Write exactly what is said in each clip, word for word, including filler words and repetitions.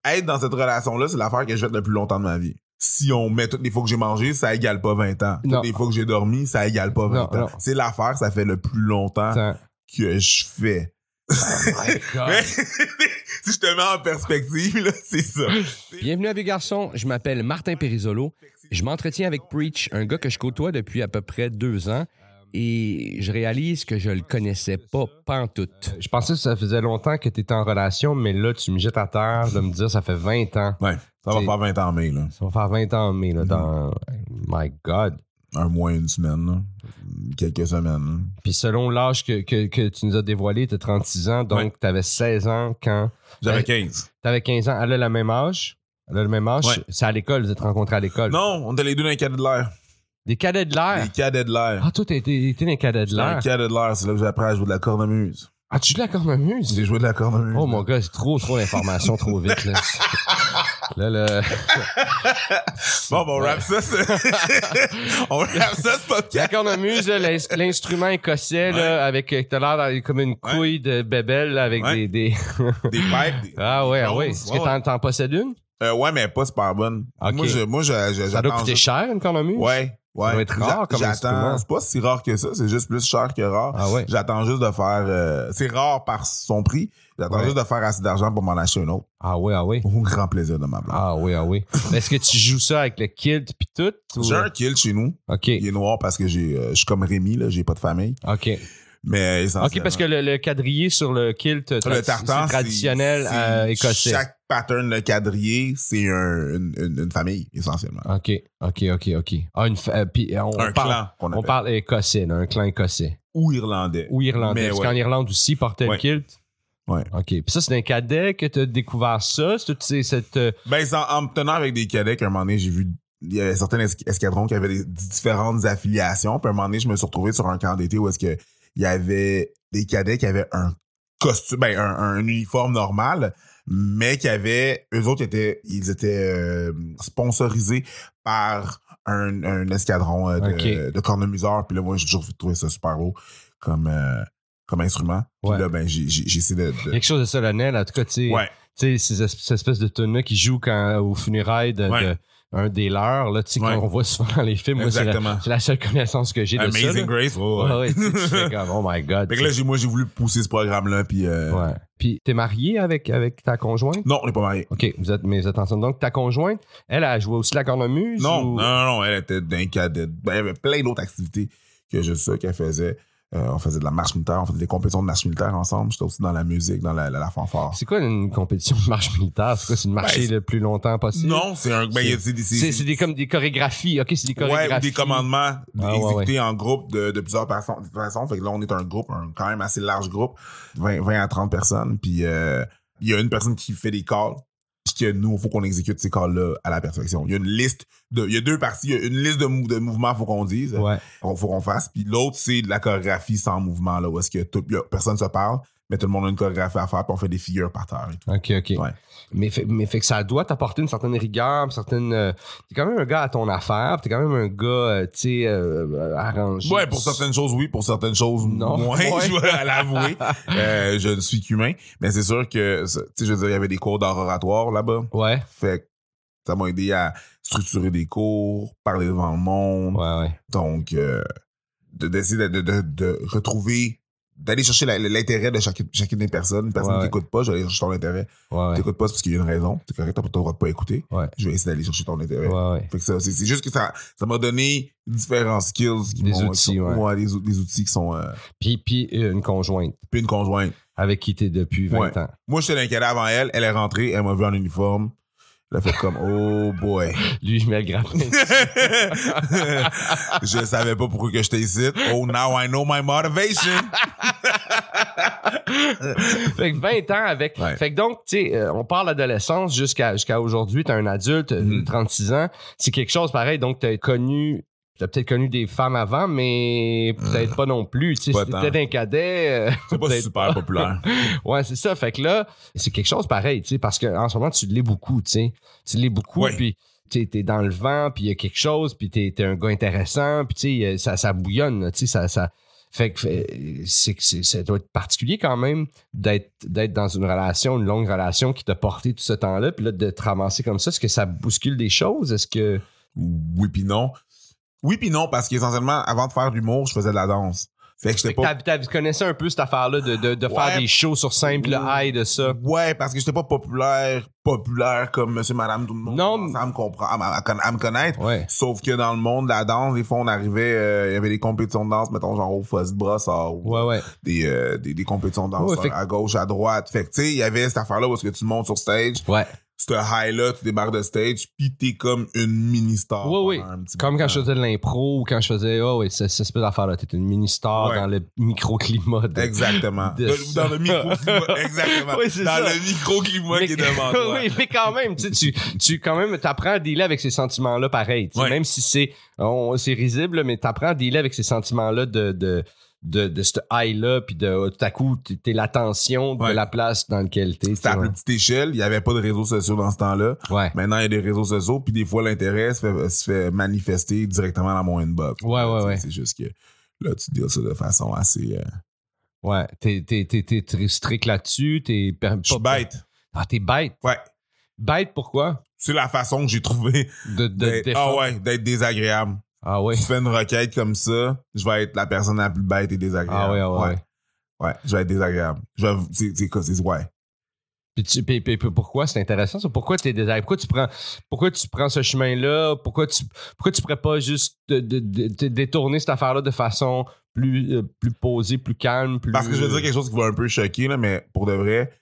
être dans cette relation-là, c'est l'affaire que je fais le plus longtemps de ma vie. Si on met toutes les fois que j'ai mangé, ça égale pas vingt ans. Toutes non. les fois que j'ai dormi, ça égale pas vingt non, ans. Non. C'est l'affaire, ça fait le plus longtemps Attends. que je fais. Oh my God. Mais, si je te mets en perspective, là, c'est ça. Bienvenue à Vieux Garçon, je m'appelle Martin Périsolo. Je m'entretiens avec Preach, un gars que je côtoie depuis à peu près deux ans. Et je réalise que je le connaissais pas pantoute. Je pensais que ça faisait longtemps que tu étais en relation, mais là, tu me jettes à terre de me dire ça fait vingt ans. Ouais, ça va T'sais, faire vingt ans en mai, là. Ça va faire vingt ans en mai, là, dans... My God. Un mois, une semaine, là. Quelques semaines, là. Puis selon l'âge que, que, que tu nous as dévoilé, tu as trente-six ans, donc ouais. tu avais seize ans quand... J'avais quinze. Tu avais quinze ans. Elle a le même âge? Elle a le même âge? Ouais. C'est à l'école, vous êtes rencontrés à l'école? Non, on était les deux dans les cadets de l'air. Des cadets de l'air? Les cadets de l'air. Ah, toi, t'as été, été dans les cadets de l'air? Un cadet de l'air, c'est là que j'ai appris à jouer de la cornemuse. Ah, tu joues de la cornemuse? J'ai joué de la cornemuse. Oh mon gars, c'est trop, trop d'informations trop vite, là. Là, là. Bon, ben, on rappe ça, c'est... on rappe ça, ce podcast. La cornemuse, là, l'ins- l'instrument écossais, Ouais. là, avec, t'as l'air dans- comme une Ouais. couille de bébelle, là, avec Ouais. des, des... Des pipes. Des... Ah ouais, ah des ouais. choses. Est-ce Ouais, que t'en, t'en possèdes une? Euh, ouais, mais pas super bonne. Ok. Moi, je, moi, je, je, Ça doit j'attends coûter juste- cher, une cornemuse? Ouais, ouais. Ça doit être rare comme J'attends, instrument. c'est pas si rare que ça, c'est juste plus cher que rare. Ah ouais. J'attends juste de faire, euh, c'est rare par son prix. J'attends Ouais. juste de faire assez d'argent pour m'en acheter un autre. Ah ouais, ah ouais. Au grand plaisir de ma blonde. Ah oui, ah oui. Est-ce que tu joues ça avec le kilt pis tout? Ou... J'ai un kill chez nous. OK. Il est noir parce que j'ai, euh, je suis comme Rémi, là, j'ai pas de famille. OK. Mais essentiellement. OK, parce que le, le quadrillé sur le kilt tra- le tartan, c'est traditionnel c'est- euh, c'est- écossais. Chaque pattern de quadrillé, c'est un, une, une, une famille, essentiellement. OK, OK, OK, OK. Ah, une fa- euh, puis on, un parle, clan, qu'on on appelle. parle écossais, là, un clan écossais. Ou irlandais. Ou irlandais. Mais Parce ouais. qu'en Irlande aussi, ils portaient le Ouais. kilt. Ouais. OK. Puis ça, c'est un cadet que tu as découvert ça? C'est toute ces- cette... euh, Ben, c'est en, en me tenant avec des cadets qu'à un moment donné, j'ai vu, il y avait certains es- escadrons qui avaient des différentes affiliations. Puis à un moment donné, je me suis retrouvé sur un camp d'été où est-ce que il y avait des cadets qui avaient un costume, ben, un, un uniforme normal, mais qui avaient, eux autres étaient, ils étaient euh, sponsorisés par un, un escadron euh, de, Ok. de cornemuseurs. Puis là, moi, j'ai toujours trouvé ça super beau comme, euh, comme instrument. Puis Ouais. là, ben, j'ai, j'ai, j'ai essayé de, de- quelque chose de solennel, en tout cas, tu sais. Ouais. Tu sais, ces, es- ces espèces de tunes-là qui jouent quand, aux funérailles de, Ouais. de un des leurs, là, tu sais, Ouais. qu'on voit souvent dans les films. Moi, c'est la, Exactement. c'est la seule connaissance que j'ai de ça. Amazing là. Grace. Oh, Ouais, ouais. ouais, tu sais, tu fais comme, oh my God. Fait que tu là, sais. j'ai, moi, j'ai voulu pousser ce programme-là, puis... Euh... Ouais. Puis, t'es marié avec, avec ta conjointe? Non, on n'est pas mariés. OK, vous êtes, mais vous êtes ensemble. Donc, ta conjointe, elle a joué aussi la cornemuse? Non, ou... non, non, non, elle était d'un cadet. Ben, il y avait plein d'autres activités que juste ça qu'elle faisait. Euh, on faisait de la marche militaire, on faisait des compétitions de marche militaire ensemble. J'étais aussi dans la musique, dans la, la, la fanfare. C'est quoi une compétition de marche militaire? C'est quoi? C'est de marcher Ben, le plus longtemps possible? Non, c'est un... Ben, il y a- c'est des... C'est, c'est des, comme des chorégraphies. OK, c'est des chorégraphies. Ouais, ou des commandements Ah, ouais, exécutés en groupe de, de plusieurs personnes. De toute façon, fait que là, on est un groupe, un quand même assez large groupe, vingt, vingt à trente personnes. Puis euh, il y a une personne qui fait des calls. Puis que nous, il faut qu'on exécute ces calls-là à la perfection. Il y a une liste de... Il y a deux parties. Il y a une liste de, mou- de mouvements, faut qu'on dise. Ouais. Faut, faut qu'on fasse. Puis l'autre, c'est de la chorégraphie sans mouvement, là, où est-ce que tout, y a- personne se parle, mais tout le monde a une chorégraphie à faire, puis on fait des figures par terre et tout. OK, OK. Ouais. Mais, fait, mais fait que ça doit t'apporter une certaine rigueur, une certaine... euh, t'es quand même un gars à ton affaire, pis t'es quand même un gars, euh, tu sais, euh, euh, arrangé. Ouais, pour certaines choses, oui. Pour certaines choses, Non. moins, Ouais. je vais l'avouer. Euh, je ne suis qu'humain. Mais c'est sûr que, tu sais, je veux dire, il y avait des cours d'art oratoire là-bas. Ouais, Fait que ça m'a aidé à structurer des cours, parler devant le monde. ouais, ouais. Donc, euh, de, d'essayer de, de, de, de retrouver, d'aller chercher la- l'intérêt de chacune, chacune des personnes. Une personne Ouais, qui ouais. t'écoute pas, je vais aller chercher ton intérêt. Ouais, ouais. T'écoutes pas, c'est parce qu'il y a une raison. C'est correct, t'as pas le droit de pas écouter. Ouais. Je vais essayer d'aller chercher ton intérêt. Ouais, ouais. Fait que ça, c'est, c'est juste que ça, ça m'a donné différents skills. Qui Des m'ont- outils, qui sont- ouais. des, ou- des outils qui sont, euh, Puis, puis euh, une conjointe puis une conjointe. avec qui t'es depuis vingt Ouais. ans. Moi, j'étais dans le cadet avant elle. Elle est rentrée, elle m'a vu en uniforme. Elle a fait comme, oh boy. Lui, je mets le grappin. Je savais pas pourquoi que j'étais ici. Oh, now I know my motivation. Fait que vingt ans avec. Ouais. Fait que donc, tu sais, euh, on parle d'adolescence jusqu'à jusqu'à aujourd'hui, t'es un adulte, euh, Mhm. trente-six ans. C'est quelque chose pareil, donc t'as connu. T'as peut-être connu des femmes avant, mais peut-être pas non plus. Tu sais, Pas si tant. t'étais d'un cadet. euh, C'est pas peut-être super populaire. Ouais, c'est ça. Fait que là, c'est quelque chose pareil, tu sais, parce qu'en ce moment, tu l'es beaucoup, tu sais. Tu l'es beaucoup, Ouais. puis tu sais, t'es dans le vent, puis il y a quelque chose, puis t'es, t'es un gars intéressant, puis tu sais, ça, ça bouillonne, là, tu sais, ça, ça, Fait que c'est, c'est, ça doit être particulier quand même d'être, d'être dans une relation, une longue relation qui t'a porté tout ce temps-là, puis là, de te ramasser comme ça. Est-ce que ça bouscule des choses? Est-ce que... Oui puis non. Oui puis non, parce qu'essentiellement, avant de faire de l'humour, je faisais de la danse. Fait que j'étais fait pas... que tu connaissais un peu cette affaire-là de, de, de ouais. faire des shows sur scène, puis le high de ça. Ouais, parce que j'étais pas populaire, populaire comme monsieur, madame, tout le monde. Non. Ça me comprend, à, à, à me connaître. Ouais. Sauf que dans le monde de la danse, des fois, on arrivait, euh, il y avait des compétitions de danse, mettons, genre au Fuzz de Brossard. Ouais, ouais. Des, euh, des, des compétitions de danse ouais, fait... à gauche, à droite. Fait que, tu sais, il y avait cette affaire-là où est-ce que tu montes sur stage. Ouais. Ce high-là, tu débarques de stage, pis t'es comme une mini-star. Oui, oui. Comme quand je faisais de l'impro ou quand je faisais, oh, oui, c'est cette espèce d'affaire-là. T'es une mini-star ouais. dans le microclimat. De, exactement. De de, dans le microclimat, exactement. Oui, dans ça. le microclimat mais, qui est devant toi. Oui, mais quand même, tu sais, tu quand même, t'apprends à dealer avec ces sentiments-là pareil. Ouais. Même si c'est, on, c'est risible, mais t'apprends à dealer avec ces sentiments-là de, de, de, de ce high-là, puis de tout à coup, t'es l'attention de ouais. la place dans laquelle t'es. C'était à plus petite échelle, il n'y avait pas de réseaux sociaux dans ce temps-là. Ouais. Maintenant, il y a des réseaux sociaux, puis des fois, l'intérêt se fait, se fait manifester directement dans mon inbox. Ouais, ouais, ouais. C'est juste que là, tu dis ça de façon assez... Euh... Ouais, t'es, t'es, t'es, t'es, t'es strict là-dessus, t'es... Je suis bête. Ah, t'es bête? Ouais. Bête, pourquoi? C'est la façon que j'ai trouvé de, de d'être, ah ouais, d'être désagréable. Ah ouais. Tu fais une requête comme ça, je vais être la personne la plus bête et désagréable. Ah ouais, ah ouais. Ouais, ouais je vais être désagréable. Je vais, c'est, c'est quoi, c'est, ouais. Puis, tu, puis, puis pourquoi c'est intéressant ça? Pourquoi t'es désagréable? Pourquoi tu prends, pourquoi tu prends ce chemin-là? Pourquoi tu, pourquoi tu pourrais pas juste de, de, de, de détourner cette affaire-là de façon plus, euh, plus posée, plus calme? Plus... Parce que je veux dire quelque chose qui va un peu choquer, là, mais pour de vrai,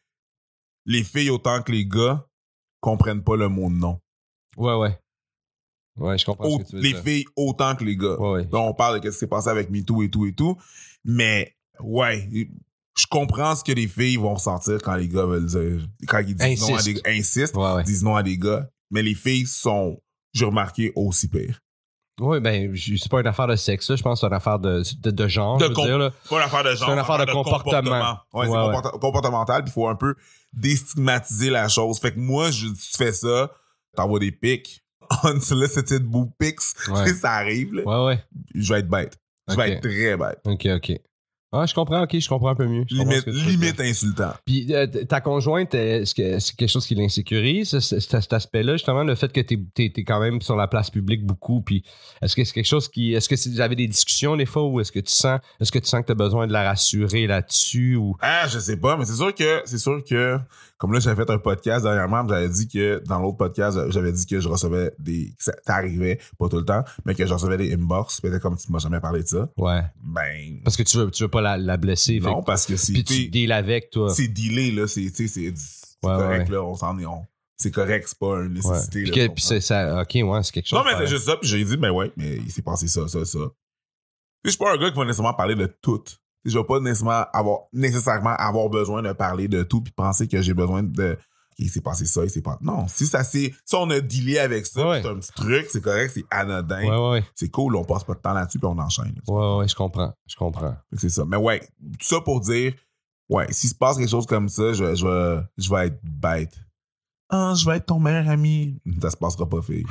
les filles autant que les gars comprennent pas le mot non. Ouais, ouais. Ouais, je comprends. Au, ce que tu veux les dire. filles autant que les gars. Ouais, ouais. Donc, on parle de ce qui s'est passé avec MeToo et tout et tout. Mais, ouais, je comprends ce que les filles vont ressentir quand les gars veulent dire. Quand ils disent Insiste. non à des insistent, ouais, ouais. disent non à des gars. Mais les filles sont, j'ai remarqué, aussi pires. Oui, ben, c'est pas une affaire de sexe, là. Je pense que c'est une affaire de, de, de genre. De je veux com- dire, là. C'est pas une affaire de genre. C'est une affaire de, de comportement. comportement. Ouais, ouais, c'est ouais. Comport- comportemental, puis il faut un peu déstigmatiser la chose. Fait que moi, je tu fais ça, t'envoies des pics. Unsolicited boob pics, ouais. ça arrive, là. Ouais, ouais. Je vais être bête. Je okay. vais être très bête. OK, OK. Ah, je comprends, OK, je comprends un peu mieux. Je limite limite insultant. Puis euh, ta conjointe, est-ce que c'est quelque chose qui l'insécurise, cet aspect-là, justement, le fait que t'es, t'es, t'es quand même sur la place publique beaucoup, puis est-ce que c'est quelque chose qui... Est-ce que vous avez des discussions des fois, ou est-ce que tu sens est-ce que tu sens que t'as besoin de la rassurer là-dessus, ou... Ah, je sais pas, mais c'est sûr que, c'est sûr que, comme là, j'avais fait un podcast dernièrement, j'avais dit que, dans l'autre podcast, j'avais dit que je recevais des... Ça, ça arrivait, pas tout le temps, mais que je recevais des inbox, peut-être comme tu m'as jamais parlé de ça. Ouais. Ben... Parce que tu veux, tu veux pas la, la blesser. Non, fait, parce que c'est... Puis tu deals avec, toi. C'est dealé, là, c'est, c'est, c'est, c'est ouais, correct, ouais. là, on s'en est... On, c'est correct, c'est pas une nécessité. Ouais. Là, puis, que, puis c'est ça... OK, ouais, c'est quelque chose. Non, mais c'est juste ça, puis j'ai dit, ben ouais, mais il s'est passé ça, ça, ça. Je suis pas un gars qui va nécessairement parler de tout. Je vais pas nécessairement avoir, nécessairement avoir besoin de parler de tout puis penser que j'ai besoin de... Il s'est passé ça, il s'est passé... Non, si ça s'est... Si on a dealé avec ça, ouais. c'est un petit truc, c'est correct, c'est anodin. Ouais, ouais. C'est cool, on passe pas de temps là-dessus puis on enchaîne. Là, ouais, ouais, je comprends. Je comprends. C'est ça. Mais ouais, tout ça pour dire, ouais, s'il se passe quelque chose comme ça, je, je, vais, je vais être bête. Ah, je vais être ton meilleur ami. Ça se passera pas, fille.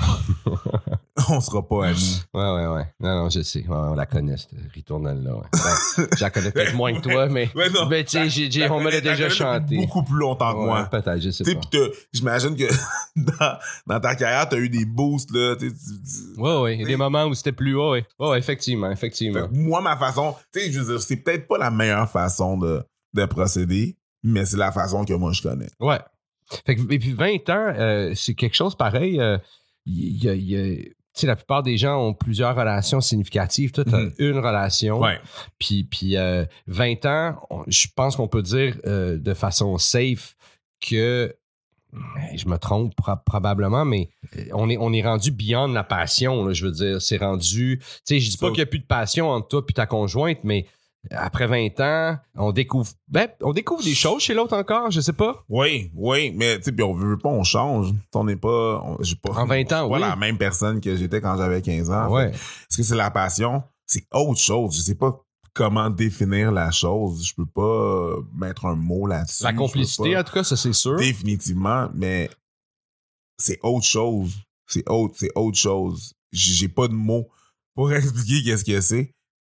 On sera pas amis. Ouais, ouais, ouais. Non, non, je sais. Ouais, on la connaît, cette ritournelle-là. Ouais. Ben, je la connais peut-être moins que toi, mais, ouais, non, mais tu sais, j'ai, j'ai, on me l'a déjà chanté. Beaucoup plus longtemps que ouais, moi. Peut-être, je sais t'sais, pas. Pis j'imagine que dans, dans ta carrière, t'as eu des boosts, là. Tu, tu, ouais, ouais. Il y a des moments où c'était plus haut, ouais. Ouais, ouais, effectivement, effectivement. Fait, moi, ma façon, tu sais, je veux dire, c'est peut-être pas la meilleure façon de, de procéder, mais c'est la façon que moi, je connais. Ouais. Fait que, et puis vingt ans, euh, c'est quelque chose pareil. Il euh, y, y a... Y a tu sais, la plupart des gens ont plusieurs relations significatives. Toi, tu as mm-hmm. une relation. Ouais. Puis, puis euh, vingt ans, on, je pense qu'on peut dire euh, de façon safe que, je me trompe pro- probablement, mais on est, on est rendu beyond la passion. Là, je veux dire, c'est rendu... Tu sais, je dis pas so, qu'il n'y a plus de passion entre toi et ta conjointe, mais après vingt ans, on découvre ben, on découvre des choses chez l'autre encore, je sais pas. Oui, oui, mais tu sais, puis on veut pas, on change. On n'est pas... On, j'ai pas en vingt ans, pas oui. la même personne que j'étais quand j'avais quinze ans. Ouais. Est-ce que c'est la passion? C'est autre chose. Je sais pas comment définir la chose. Je peux pas mettre un mot là-dessus. La complicité, pas, en tout cas, ça, c'est sûr. Définitivement, mais c'est autre chose. C'est autre, c'est autre chose. J'ai pas de mots pour expliquer qu'est-ce que c'est.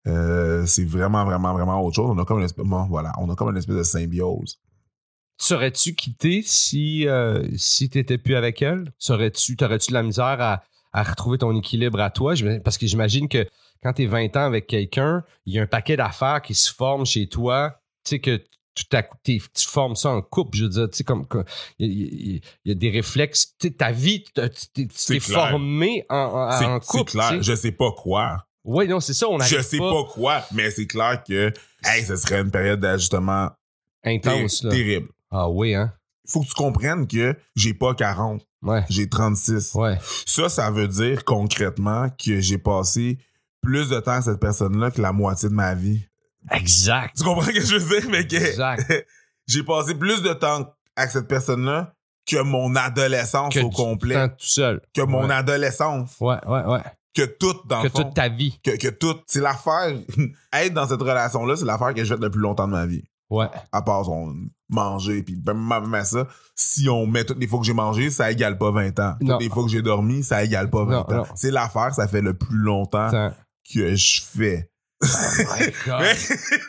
Euh, c'est vraiment, vraiment, vraiment autre chose. On a comme une espèce, bon, voilà, on a comme une espèce de symbiose. Serais-tu quitté si, euh, si t'étais plus avec elle? Serais-tu, t'aurais-tu de la misère à, à retrouver ton équilibre à toi? Parce que j'imagine que quand t'es vingt ans avec quelqu'un, il y a un paquet d'affaires qui se forment chez toi. Tu sais que tout à coup, tu formes ça en couple. Je veux dire, tu sais, comme il y, y, y a des réflexes. Tu sais, ta vie, tu t'es formé en, en, en couple. C'est clair. Je sais pas quoi. Oui, non, c'est ça. On Je sais pas. pas quoi, mais c'est clair que hey, ce serait une période d'ajustement intense, ter- terrible. Ah oui, hein? Il faut que tu comprennes que j'ai pas quarante. Ouais. J'ai trente-six. Ouais. Ça, ça veut dire concrètement que j'ai passé plus de temps avec cette personne-là que la moitié de ma vie. Exact. Tu comprends ce que je veux dire? Mais que exact. j'ai passé plus de temps avec cette personne-là que mon adolescence que au complet. Temps tout seul. Que ouais. mon adolescence. Ouais, ouais, ouais. Que tout, dans que le fond. Que toute ta vie. Que, que tout. C'est l'affaire. Être dans cette relation-là, c'est l'affaire que je fais le plus longtemps de ma vie. Ouais. À part son manger, puis même ça, si on met toutes les fois que j'ai mangé, ça égale pas vingt ans. Non. Toutes les fois que j'ai dormi, ça égale pas vingt non, ans. Non. C'est l'affaire, ça fait le plus longtemps Tant. que je fais. Oh my God. Mais,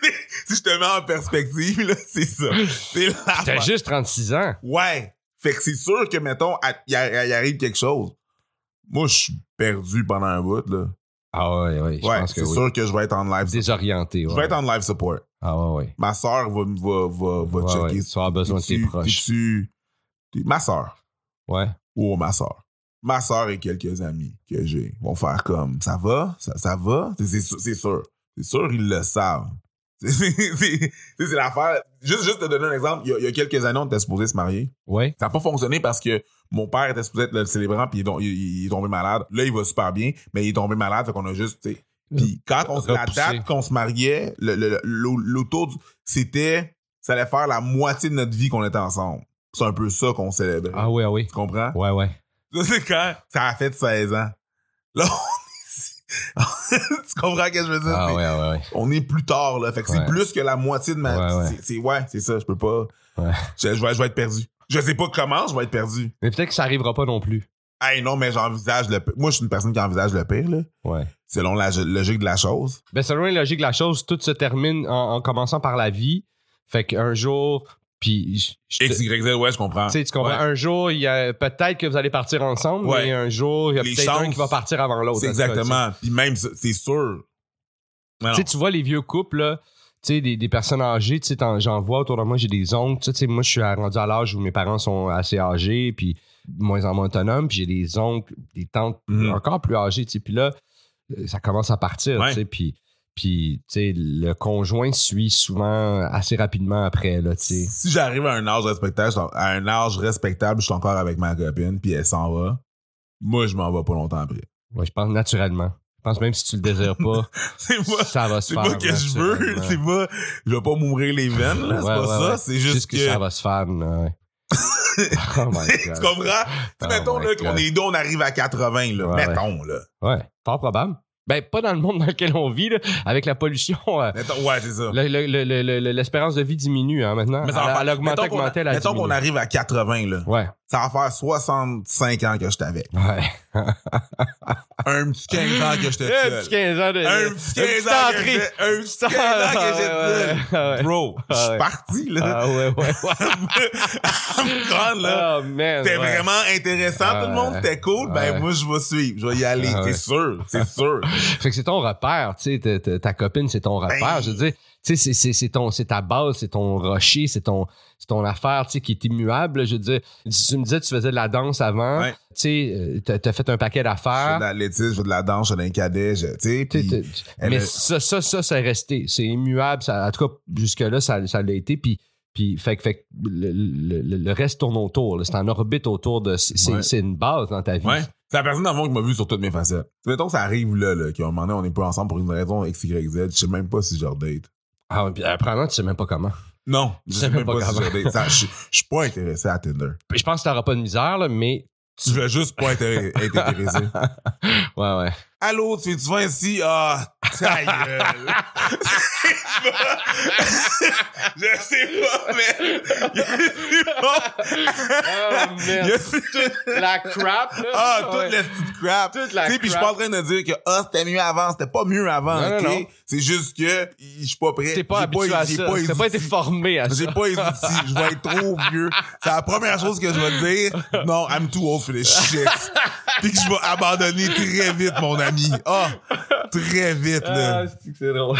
si je te mets en perspective, là, c'est ça. C'est l'affaire. T'as juste trente-six ans. Ouais. Fait que c'est sûr que, mettons, il arrive quelque chose. Moi, je suis perdu pendant un bout, là. Ah ouais, ouais. Je ouais, pense que c'est oui. sûr que je vais être en live Désorienté, ouais. Je vais être en live support. Ah ouais, ouais. Ma soeur va, va, va, va ouais, checker. Ouais. Tu auras besoin de tes proches. Tu, tu, ma soeur. Ouais. Oh, ma soeur. Ma soeur et quelques amis que j'ai vont faire comme ça va, ça, ça va. C'est sûr. C'est sûr, sûr ils le savent. C'est l'affaire. Juste, juste te donner un exemple, il y a, il y a quelques années, on était supposé se marier. Ouais. Ça n'a pas fonctionné parce que mon père était supposé être le célébrant, puis il, il, il est tombé malade. Là, il va super bien, mais il est tombé malade, fait qu'on a juste, tu sais. Puis quand on la date qu'on se mariait, le, le, l'autour, du, c'était, ça allait faire la moitié de notre vie qu'on était ensemble. C'est un peu ça qu'on célébrait. Ah oui, ah oui. Tu comprends? Ouais, ouais. Ça, c'est quand ça a fait seize ans. Là, on est... tu comprends ce que je veux dire? Ah ouais, ouais, ouais. On est plus tard, là. Fait que ouais. c'est plus que la moitié de ma... Ouais, ouais. C'est, ouais, c'est ça, je peux pas... Ouais. Je, je, vais, je vais être perdu. Je sais pas comment je vais être perdu. Mais peut-être que ça arrivera pas non plus. Hey, non, mais j'envisage le pire. Moi, je suis une personne qui envisage le pire, là. Ouais. Selon la logique de la chose. Ben, selon la logique de la chose, tout se termine en, en commençant par la vie. Fait qu'un jour... Puis, X, Y, Z, ouais, je comprends. Tu sais, tu comprends. Ouais. Un jour, il y a peut-être que vous allez partir ensemble, ouais. mais un jour, il y a les peut-être chances, un qui va partir avant l'autre. C'est exactement. Puis même, c'est sûr. Tu sais, tu vois les vieux couples, là, tu sais, des, des personnes âgées, tu sais, j'en vois autour de moi, j'ai des oncles. Tu sais, moi, je suis rendu à l'âge où mes parents sont assez âgés, puis moins en moins autonomes, puis j'ai des oncles, des tantes mm. encore plus âgées, tu sais. Puis là, ça commence à partir, ouais. tu sais, puis... Puis, tu sais, le conjoint suit souvent assez rapidement après, là, tu sais. Si j'arrive à un âge respectable, à un âge respectable, je suis encore avec ma copine, puis elle s'en va. Moi, je m'en vais pas longtemps après. Ouais, je pense naturellement. Je pense même si tu le désires pas, c'est pas, ça va se c'est faire. C'est pas que je veux, c'est pas, je vais pas m'ouvrir les veines, là, c'est ouais, pas ouais, ça, ouais. c'est juste, juste que... que ça va se faire, ouais. Oh my God. Tu comprends? Oh mettons, là, qu'on est deux, on arrive à quatre-vingts, là. Ouais, mettons, ouais. là. Ouais, fort probable. Ben, pas dans le monde dans lequel on vit, là, avec la pollution. Euh, mettons, ouais, c'est ça. Le, le, le, le, l'espérance de vie diminue, hein, maintenant. Mais ça va elle, faire, elle augmente, mettons augmente, elle a Mettons qu'on arrive à quatre-vingts, là. Ouais. Ça va faire soixante-cinq ans que je t'avais. Ouais. Un petit quinze ans que je t'ai Un petit quinze ans de... Un petit quinze ans que j'étais... Un petit quinze ans que j'étais... Ouais, ouais. Bro, je suis parti, là. Ah ouais, ouais, ouais. À me prendre, là. Oh, man. C'était ouais. vraiment intéressant, ah, tout le monde, c'était cool. Ben, ouais. moi, je vais suivre. Je vais y aller. Ah, c'est ouais. sûr. C'est sûr. Fait que c'est ton repère, tu sais. Ta, ta copine, c'est ton repère. Ben... Je veux dire, tu sais, c'est, c'est, c'est, ton, c'est ta base, c'est ton rocher, c'est ton, c'est ton affaire, tu sais, qui est immuable. Je veux dire, tu me disais que tu faisais de la danse avant. Ouais. Tu sais, t'as, t'as fait un paquet d'affaires. Je fais de l'athlétisme, je fais de la danse, je fais d'un cadet, tu sais. Pis... Mais a... ça, ça, ça, c'est resté. C'est immuable. Ça, en tout cas, jusque-là, ça, ça l'a été. Puis, puis fait, fait le, le, le reste tourne autour. Là. C'est en orbite autour de... C'est, ouais. c'est une base dans ta vie. Ouais. C'est la personne dans le monde qui m'a vu sur toutes mes facettes. Mettons que ça arrive là, là qu'à un moment donné, on n'est pas ensemble pour une raison X, Y, Z. Je sais même pas si je redate. Ah, puis apparemment, tu sais même pas comment. Non, je sais, sais même, même pas, pas si je redate. Je suis pas intéressé à Tinder. Je pense que t'auras pas de misère, là, mais... Tu veux juste pas être, être intéressé. Ouais, ouais. Allô, tu fais-tu vas ici? Ah, Ta gueule. Je sais pas, mais... Oh, merde. Toute la crap, là. Ah, ouais. toute la petite crap. Toute la crap. Tu sais, puis je suis pas en train de dire que, ah, c'était mieux avant. C'était pas mieux avant, non, OK? non, non. C'est juste que je suis pas prêt. T'es pas J'ai habitué pas, à j'ai ça. pas T'as pas été outils. formé à ça. J'ai pas les outils. Je vais être trop vieux. C'est la première chose que je vais te dire. Non, I'm too old for this shit. Puis que je vais abandonner très vite, mon ami. Ah, très vite, là. Ah, c'est que c'est drôle.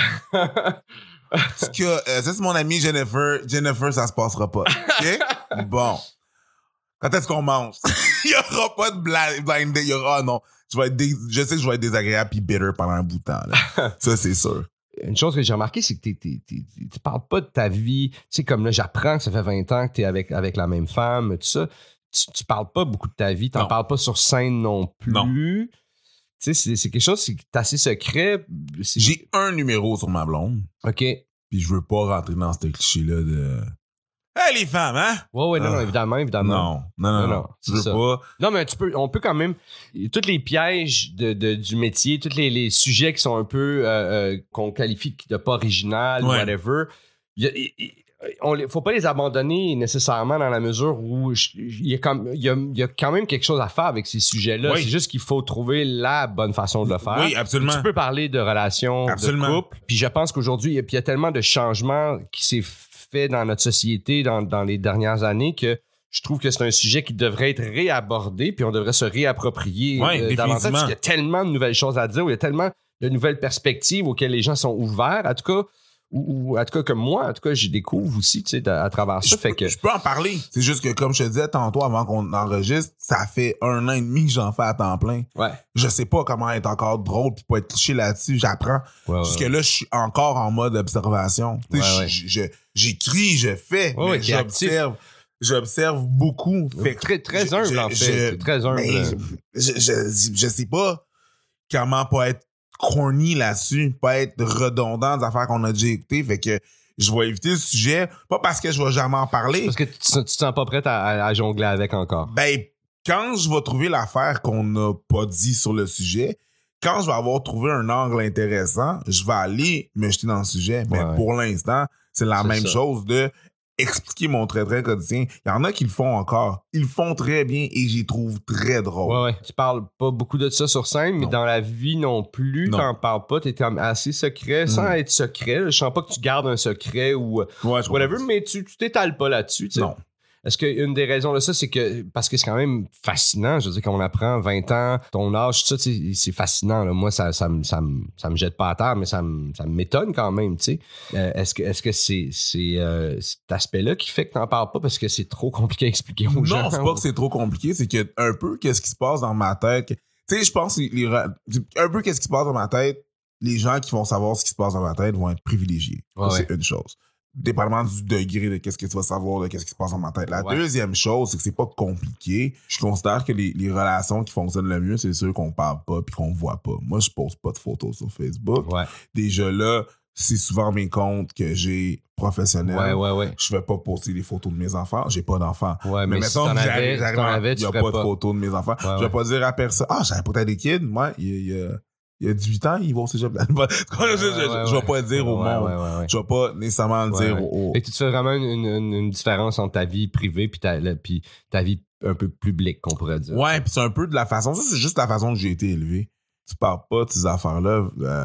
En tout cas, euh, ça, c'est mon ami Jennifer. Jennifer, ça se passera pas. OK? Bon. Quand est-ce qu'on mange? Il y aura pas de blind blind date. Il y aura, ah non. Je vais être dés- je sais que je vais être désagréable pis bitter pendant un bout de temps, là. Ça, c'est sûr. Une chose que j'ai remarqué, c'est que t'es, t'es, t'es, tu parles pas de ta vie. Tu sais, comme là, j'apprends que ça fait vingt ans que t'es avec, avec la même femme, tout ça. Tu, tu parles pas beaucoup de ta vie. T'en Non. parles pas sur scène non plus. Non. Tu sais, c'est, c'est quelque chose qui est assez secret. C'est... J'ai un numéro sur ma blonde. OK. Ouais, Puis je veux pas rentrer dans ce cliché-là de... Hey, les femmes, hein? ouais, non, non, Ah. évidemment, évidemment. Non, non, non, Non, non. non, Je c'est veux ça. pas... Non, mais tu peux, on peut quand même. Tous les pièges de, de- du métier, tous les, les sujets qui sont un peu. Euh, euh, qu'on qualifie de pas original, Ouais. whatever. Il y a- il- il- on les- faut pas les abandonner nécessairement dans la mesure où je- il y, a comme, il y, a, il y a quand même quelque chose à faire avec ces sujets-là. Oui. C'est juste qu'il faut trouver la bonne façon de le faire. Oui, absolument. Tu peux parler de relations, Absolument. de couple. Puis je pense qu'aujourd'hui, il y a- puis il y a tellement de changements qui s'est fait dans notre société dans, dans les dernières années que je trouve que c'est un sujet qui devrait être réabordé, puis on devrait se réapproprier Ouais, euh, davantage, définitivement. parce qu'il y a tellement de nouvelles choses à dire, il y a tellement de nouvelles perspectives auxquelles les gens sont ouverts, en tout cas, ou, ou en tout cas comme moi, en tout cas, j'y découvre aussi, tu sais, à, à travers ça. Je Fait peux, que, je peux en parler. C'est juste que, comme je te disais tantôt, avant qu'on enregistre, ça fait un an et demi que j'en fais à temps plein. ouais. Je sais pas comment être encore drôle puis pas être cliché là-dessus. J'apprends. Ouais, ouais, Jusque ouais. là, je suis encore en mode observation. Tu sais, Ouais, ouais. je- je- j'écris, je fais, Ouais, mais ouais, t'es j'observe. J'observe beaucoup. Fait que Très, très je- humble, je- en fait. je- T'es très humble. mais je, je, je, je sais pas comment pas être corny là-dessus, pas être redondant des affaires qu'on a déjà écoutées. Fait que je vais éviter le sujet, pas parce que je vais jamais en parler. Parce que tu, tu te sens pas prête à, à- à jongler avec encore. Ben, quand je vais trouver l'affaire qu'on n'a pas dit sur le sujet, quand je vais avoir trouvé un angle intéressant, je vais aller me jeter dans le sujet. Mais Ouais. pour l'instant, c'est la C'est même ça. chose de expliquer mon trait très quotidien. Il y en a qui le font encore. Ils le font très bien et j'y trouve très drôle. Ouais, ouais. Tu parles pas beaucoup de ça sur scène, mais Non. dans la vie non plus, Non. t'en parles pas. T'es comme assez secret, sans Mm. être secret. Je sens pas que tu gardes un secret ou Ouais, je whatever, comprends. mais tu tu t'étales pas là-dessus. tu sais. Non. Est-ce qu'une des raisons de ça, c'est que parce que c'est quand même fascinant, je veux dire, quand on apprend vingt ans, ton âge, tout ça, tu sais, c'est fascinant. Là. Moi, ça, ça, me, ça, me, ça me jette pas à terre, mais ça me, ça m'étonne quand même. Tu sais. Euh, est-ce que est-ce que c'est, c'est euh, cet aspect-là qui fait que t'en parles pas parce que c'est trop compliqué à expliquer aux gens? Non, c'est pas que c'est trop compliqué, c'est que un peu qu'est-ce qui se passe dans ma tête. Tu sais, je pense que les, les- un peu qu'est-ce qui se passe dans ma tête, les gens qui vont savoir ce qui se passe dans ma tête vont être privilégiés. Ouais, Ça, c'est ouais. une chose. Dépendamment du degré de qu'est-ce que tu vas savoir, de qu'est-ce qui se passe dans ma tête. La Ouais. deuxième chose, c'est que c'est pas compliqué. Je considère que les, les relations qui fonctionnent le mieux, c'est ceux qu'on parle pas puis qu'on voit pas. Moi, je pose pas de photos sur Facebook. Ouais, Déjà là, c'est souvent mes comptes que j'ai professionnels. ouais, ouais, ouais. Je vais pas poster des photos de mes enfants. J'ai pas d'enfants. Ouais, mais, Mais si mettons, t'en que avais, j'arrive, si j'arrive t'en en- avais, il tu y a ferais pas de photos de mes enfants. Ouais, je vais ouais. pas dire à personne, ah, j'avais pas des kids. Moi, il y a, il y a, il y a dix-huit ans, ils vont au cégep. je, je, je, je vais pas le dire au Ouais, monde. ouais, ouais, ouais. Je vais pas nécessairement le Ouais, dire ouais. au... Et tu te fais vraiment une, une- une différence entre ta vie privée puis ta, la- puis ta vie un peu publique, qu'on pourrait dire. Ouais, puis c'est un peu de la façon... Ça, c'est juste la façon que j'ai été élevé. Tu parles pas de ces affaires-là. euh,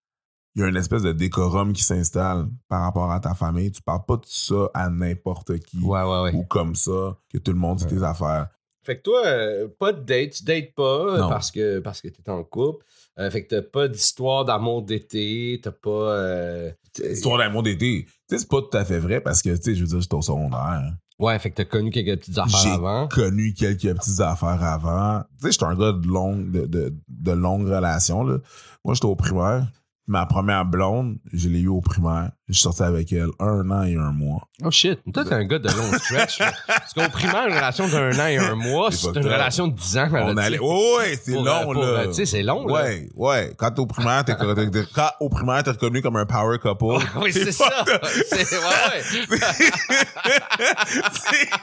il y a une espèce de décorum qui s'installe par rapport à ta famille. Tu parles pas de ça à n'importe qui. Ouais, ouais, ouais. Ou comme ça, que tout le monde dit Ouais. tes affaires. Fait que toi, euh, pas de date, tu dates pas euh, Non. parce que, parce que t'es en couple. Euh, fait que t'as pas d'histoire d'amour d'été, t'as pas... euh, Histoire d'amour d'été. Tu sais, c'est pas tout à fait vrai parce que, tu sais, je veux dire, j'étais au secondaire. Ouais, fait que t'as connu quelques petites affaires J'ai avant. connu quelques petites affaires avant. Tu sais, j'étais un gars de longue, de, de, de longue relation, là. Moi, j'étais au primaire. Ma première blonde, je l'ai eu au primaire. Je suis sorti avec elle un an et un mois. Oh shit. Toi, t'es un gars de long stretch. Là. Parce qu'au primaire, une relation d'un an et un mois, c'est, c'est une relation de dix ans. On là, allait... Oh, ouais, c'est pour, long, pour, là. Tu sais, c'est long, là. Ouais, ouais. Quand t'es au primaire, t'es, t'es, t'es, quand au primaire, t'es reconnu comme un power couple. Oui, c'est, c'est ça. C'est, ouais, ouais. c'est...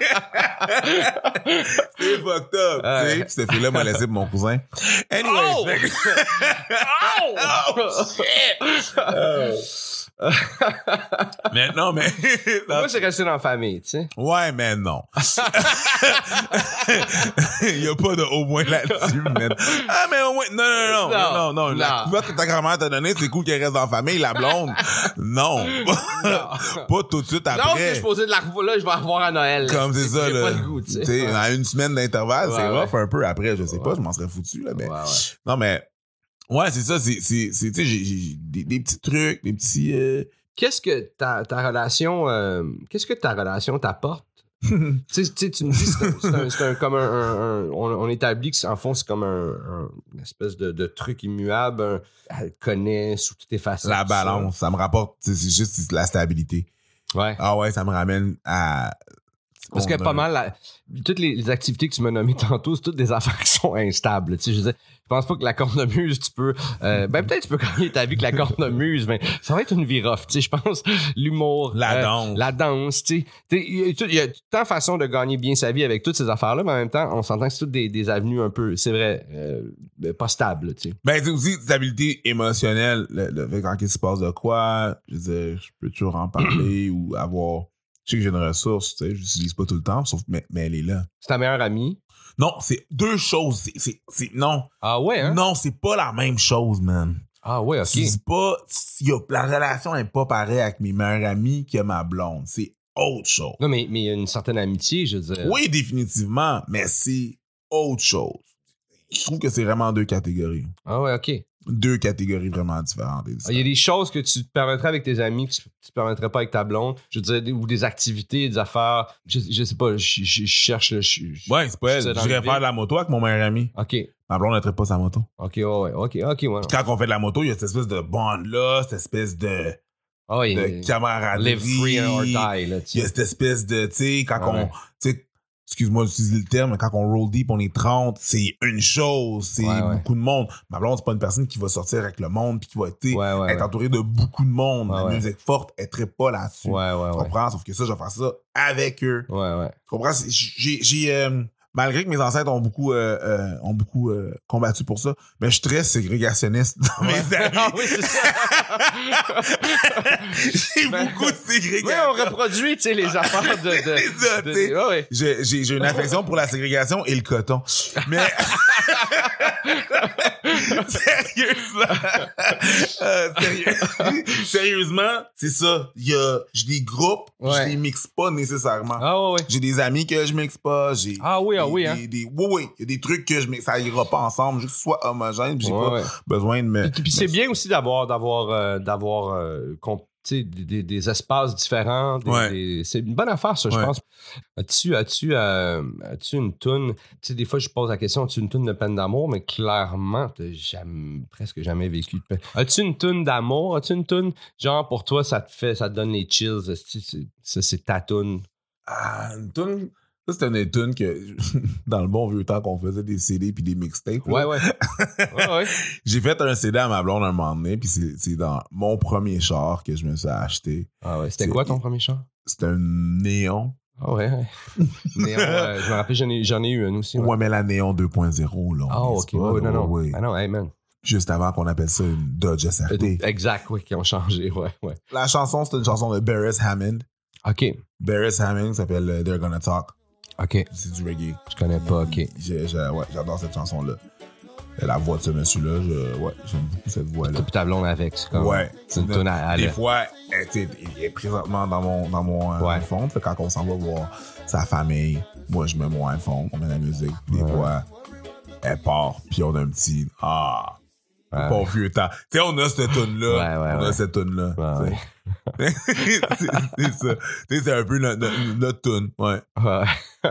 c'est fucked up, ouais. Tu sais. Puis cette fille-là m'a laissé pour mon cousin. Anyway. Oh! Fait... oh! oh! Shit! Oh. mais non, mais... Moi, c'est resté dans la famille, tu sais. Ouais, mais non. Il y a pas de au moins là-dessus, man. Ah, mais au moins... Non, non, non. Non, non, non. non. La couverte que ta grand-mère t'a donnée, c'est cool qu'elle reste dans la famille. La blonde, non. non. Pas tout de suite après. Non, que je posais de la... Là, je vais revoir à Noël. Comme c'est, c'est ça, là. Pas le goût, tu sais. T'sais, à une semaine d'intervalle, ouais, c'est ouais. rough un peu après. Je sais ouais. pas, je m'en serais foutu, là, mais... Ouais, ouais. Non, mais... Ouais, c'est ça, c'est, c'est, c'est tu sais, j'ai, j'ai des, des petits trucs, des petits... Euh... Qu'est-ce que ta, ta relation... Euh, qu'est-ce que ta relation t'apporte? tu sais, tu me dis, c'est, un, c'est, un, c'est un, comme un... un, un on, on établit qu'en fond, c'est comme un, un une espèce de, de truc immuable, un, elle connaît sous toutes les facettes. La balance, ça, ça me rapporte, c'est juste c'est la stabilité. Ouais. Ah ouais, ça me ramène à... Parce que pas mal, la, toutes les, les activités que tu m'as nommées tantôt, c'est toutes des affaires qui sont instables. Tu sais, je veux dire, je pense pas que la cornemuse, tu peux... Euh, ben peut-être tu peux gagner ta vie que la cornemuse, mais ça va être une vie rough. Tu sais, je pense, l'humour... La euh, danse. La danse, tu sais. Il y a tant de façons de gagner bien sa vie avec toutes ces affaires-là, mais en même temps, on s'entend que c'est toutes des, des avenues un peu, c'est vrai, euh, pas stables, tu sais. Ben c'est aussi stabilité émotionnelle. Le, le, quand il se passe de quoi, je veux dire, je peux toujours en parler ou avoir... Je sais que j'ai une ressource, tu sais, je l'utilise pas tout le temps, sauf mais, mais elle est là. C'est ta meilleure amie? Non, c'est deux choses. C'est, c'est, c'est, non. Ah ouais, hein? Non, c'est pas la même chose, man. Ah ouais, ok. C'est pas... Y a, la relation est pas pareille avec mes meilleures amies que ma blonde. C'est autre chose. Non, mais il y a une certaine amitié, je veux dire. Oui, définitivement, mais c'est autre chose. Je trouve que c'est vraiment deux catégories. Ah ouais, ok. Deux catégories vraiment différentes. Il y a des choses que tu te permettrais avec tes amis que tu, tu te permettrais pas avec ta blonde. Je veux dire, ou des activités, des affaires. Je, je sais pas, je, je, je cherche. Je, je, ouais, c'est pas elle. J'irais faire de la moto avec mon meilleur ami. OK. Ma blonde n'aimerait pas sa moto. OK, ouais, ouais. OK, OK, ouais. Quand on fait de la moto, il y a cette espèce de bond-là, cette espèce de. Oh, yeah. De camaraderie. Live free or die, là. Il y a cette espèce de. Tu sais, quand ouais. on. Tu sais, excuse-moi d'utiliser le terme, mais quand on roll deep, on est trente, c'est une chose, c'est ouais, ouais. beaucoup de monde. Ma blonde, c'est pas une personne qui va sortir avec le monde puis qui va être, ouais, ouais, être entourée ouais. de beaucoup de monde. Ouais, la ouais. musique forte, elle ne pas là-dessus. Ouais, ouais, tu comprends? Ouais. Sauf que ça, je vais faire ça avec eux. Ouais, ouais. Tu comprends? J'ai, j'ai euh, malgré que mes ancêtres ont beaucoup, euh, euh, ont beaucoup euh, combattu pour ça, mais je suis très ségrégationniste dans ouais. mes amis. Ah oui, c'est ça. J'ai ben, beaucoup de ségrégation. Oui, on reproduit, tu sais, les affaires de... de, c'est ça, tu sais. Ouais, ouais. J'ai, j'ai, j'ai une affection pour la ségrégation et le coton. Mais... Sérieusement. euh, sérieux. Sérieusement, c'est ça. Il y a, j'ai des groupes, ouais. je les mixe pas nécessairement. Ah ouais, ouais. J'ai des amis que je mixe pas. J'ai ah oui, ah des, oui, hein. Des, des, oui, oui. Il y a des trucs que je mixe, ça ira pas ensemble, juste que ce soit homogène, j'ai ouais, pas ouais. besoin de me... Puis, puis c'est bien aussi d'avoir, d'avoir, euh, d'avoir, euh, comp- Des, des, des espaces différents. Des, ouais. des, c'est une bonne affaire, ça, je ouais. pense. As-tu, as-tu, euh, as-tu une toune? Tu sais, des fois, je pose la question, as-tu une toune de peine d'amour? Mais clairement, t'as jamais, presque jamais vécu de peine. As-tu une toune d'amour? As-tu une toune? Genre, pour toi, ça te fait, ça te donne les chills. C'est, c'est, c'est ta toune. Ah, une toune... Ça, c'était une tune que, dans le bon vieux temps qu'on faisait des C D puis des mixtapes. Ouais, ouais. ouais, ouais. J'ai fait un C D à ma blonde un moment donné, puis c'est, c'est dans mon premier char que je me suis acheté. Ah ouais. C'était c'est, quoi ton premier char? C'était un néon. Ah ouais, ouais. Néon, euh, je me rappelle, j'en ai, j'en ai eu un aussi. Ouais, ouais mais la néon deux point zéro, là. Ah, oh, ok. Ouais, non, non. Ouais. Ah non, hey, man. Juste avant qu'on appelle ça une Dodge S R T. Exact, oui, qui ont changé, ouais, ouais. La chanson, c'était une chanson de Beres Hammond. OK. Beres Hammond s'appelle They're Gonna Talk. OK. C'est du reggae. Je connais pas, OK. J'ai, j'ai, ouais, j'adore cette chanson-là. Et la voix de ce monsieur-là, je, ouais, j'aime beaucoup cette voix-là. Puis ta blonde avec, c'est comme... Ouais. C'est une toune à, à Des fois, elle, elle est présentement dans mon, dans mon ouais. iPhone. Fait quand on s'en va voir sa famille, moi, je mets mon iPhone, on met la musique. Des ouais. fois, elle part, puis on a un petit... Ah! Ouais. Pas au vieux temps. Tu sais, on a cette toune-là. Ouais, ouais, on ouais. a cette toune-là. Ouais, ouais. c'est, c'est ça. Tu sais, c'est un peu notre, notre, notre toune. Ouais. Ouais.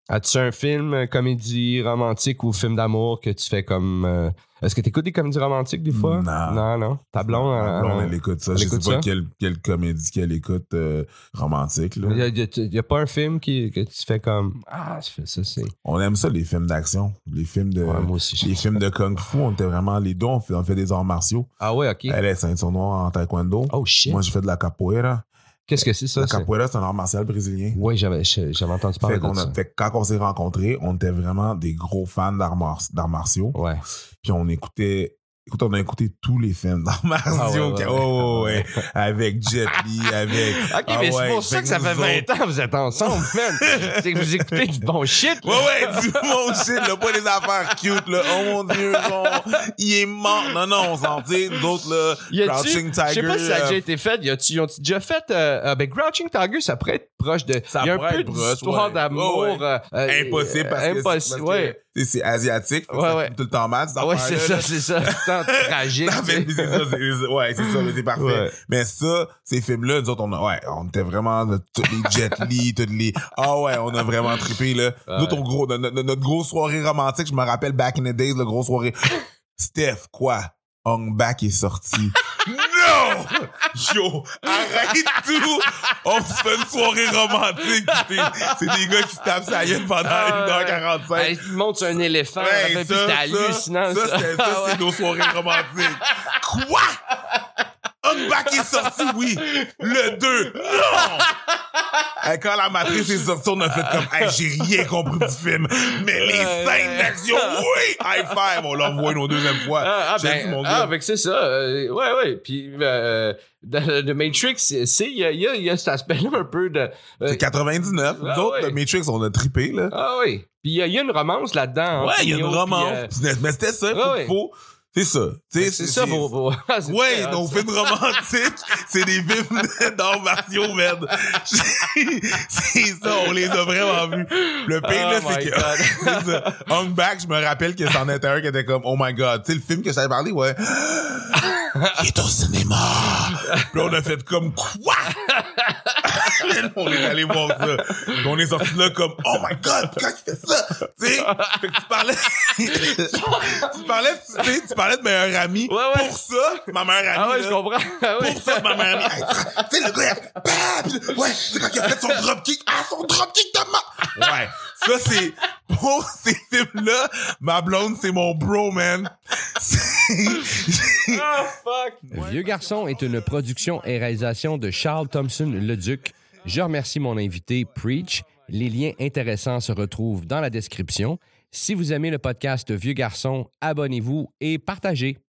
As-tu un film, euh, comédie romantique ou film d'amour que tu fais comme... euh, Est-ce que tu écoutes des comédies romantiques des fois? Non. Non, non. Ta blonde... Ma blonde, euh, elle écoute ça. elle Je écoute sais pas ça? quelle, quelle comédie qu'elle écoute euh, romantique. Là. Il n'y a, a pas un film qui, que tu fais comme... Ah, je fais ça, c'est... On aime ça, les films d'action. Les films de... Ouais, moi aussi. Les films de Kung Fu, on était vraiment les deux. On fait, on fait des arts martiaux. Ah ouais, OK. Elle est ceinture noire en taekwondo. Oh, shit. Moi, j'ai fait de la capoeira. Qu'est-ce que c'est ça? La c'est- capoeira, c'est un art martial brésilien. Oui, j'avais, j'avais entendu parler Fait qu'on de a, ça. fait que quand on s'est rencontrés, on était vraiment des gros fans d'arts, mar- d'arts martiaux. Ouais. Puis on écoutait... Écoute, on a écouté tous les films d'arts martiaux. Ah ouais, ouais, ouais. Oh, ouais. Avec Jet Li, avec... OK, Ah mais c'est ouais, pour ça que ça nous fait vingt autres- ans que vous êtes ensemble, man. C'est que vous écoutez du bon shit. Ouais, ouais, du bon shit, là, pas des affaires cute, là. Oh mon Dieu, genre, il est mort. Non, non, on s'en tire. Nous autres, là, Y a-tu- Crouching Tiger. Je sais pas si ça a euh, déjà été fait. Y a-tu, ils ont déjà fait, euh, euh, ben, Crouching Tiger, ça pourrait être proche de, Ça y a un pourrait peu être proche, d'histoire ouais. d'amour. Ouais, ouais. euh, euh, impossible parce que, impossible, parce ouais. que tu sais, c'est asiatique. Fait que Ouais, ça ouais. finit tout le temps mal, cette Ah ouais, c'est affaire-là, ça, là. c'est ça. C'est tant tragique. Ça fait- tu c'est sais. ça, c'est, c'est- ouais, c'est ça, mais c'est parfait. Ouais. Mais ça, ces films-là, nous autres, on a, ouais, on était vraiment, de tous les Jet Li, tous les, ah ouais, on a vraiment trippé, là. Nous autres, on gros, notre, notre, notre grosse soirée romantique, je me rappelle back in the days, la grosse soirée. Steph, quoi? Hung Back est sorti. Non! Yo, arrête tout! On se fait une soirée romantique. pis t'es- C'est des gars qui se tapent sa gueule pendant Ah, une heure quarante-cinq. Hey, il monte sur un éléphant. Ouais, Puis ça, c'était ça, hallucinant, ça. Ça, c'est, ça, Ah ouais. c'est nos soirées romantiques. Quoi? Unback est sorti, oui. Le deux. Non! Hey, quand la matrice est sortie, on a fait comme, hey, j'ai rien compris du film. Mais les scènes d'action, oui! High five! On l'a envoyé une deuxième fois. Ah, ah, J'ai ben, dit, mon ah, gars. fait que c'est ça. euh, ouais, ouais. Puis, euh, dans The Matrix, c'est, c'est- il y a, il y a, il y a cet aspect-là un peu de... euh, C'est quatre-vingt-dix-neuf. Nous Ah, autres, ouais. le Matrix, on a trippé, là. Ah oui. Puis, il y, a- il y a une romance là-dedans. Ouais, entre il y a une Neo, puis, romance. euh, Mais mais c'était ça, faut, Ah, ouais. faut, c'est ça. Tu sais, c'est ça, vos... vos- Ah, c'est Ouais, très nos hot, ça. films romantiques, c'est des films d'arts martiaux, man. C'est ça, on les a vraiment vus. Le pire, Oh là, my c'est que, God. c'est ça. Hung Back, je me rappelle que c'en était un qui était comme, oh my god. Tu sais, le film que je t'avais parlé, ouais. Il est au cinéma. Puis là, on a fait comme, quoi? On est allé voir ça. Puis on est sorti là comme, oh my god, quand il fait ça? Tu sais, fait que tu parlais, tu parlais, tu sais, tu parlais de meilleur ami. Ouais, ouais. Pour ça, ma meilleure amie. Ah ouais, là, je comprends. Ah ouais. pour ça, ma meilleure amie. Hey, tu sais, le gars, il a, bah, puis là, ouais, c'est quand il a fait son dropkick. Ah, son dropkick de ma... Ouais. Ça, c'est, pour ces films-là, ma blonde, c'est mon bro, man. C'est- Oh, fuck. Vieux garçon est une production et réalisation de Charles Thompson Leduc. Je remercie mon invité Preach. Les liens intéressants se retrouvent dans la description. Si vous aimez le podcast Vieux garçon, abonnez-vous et partagez.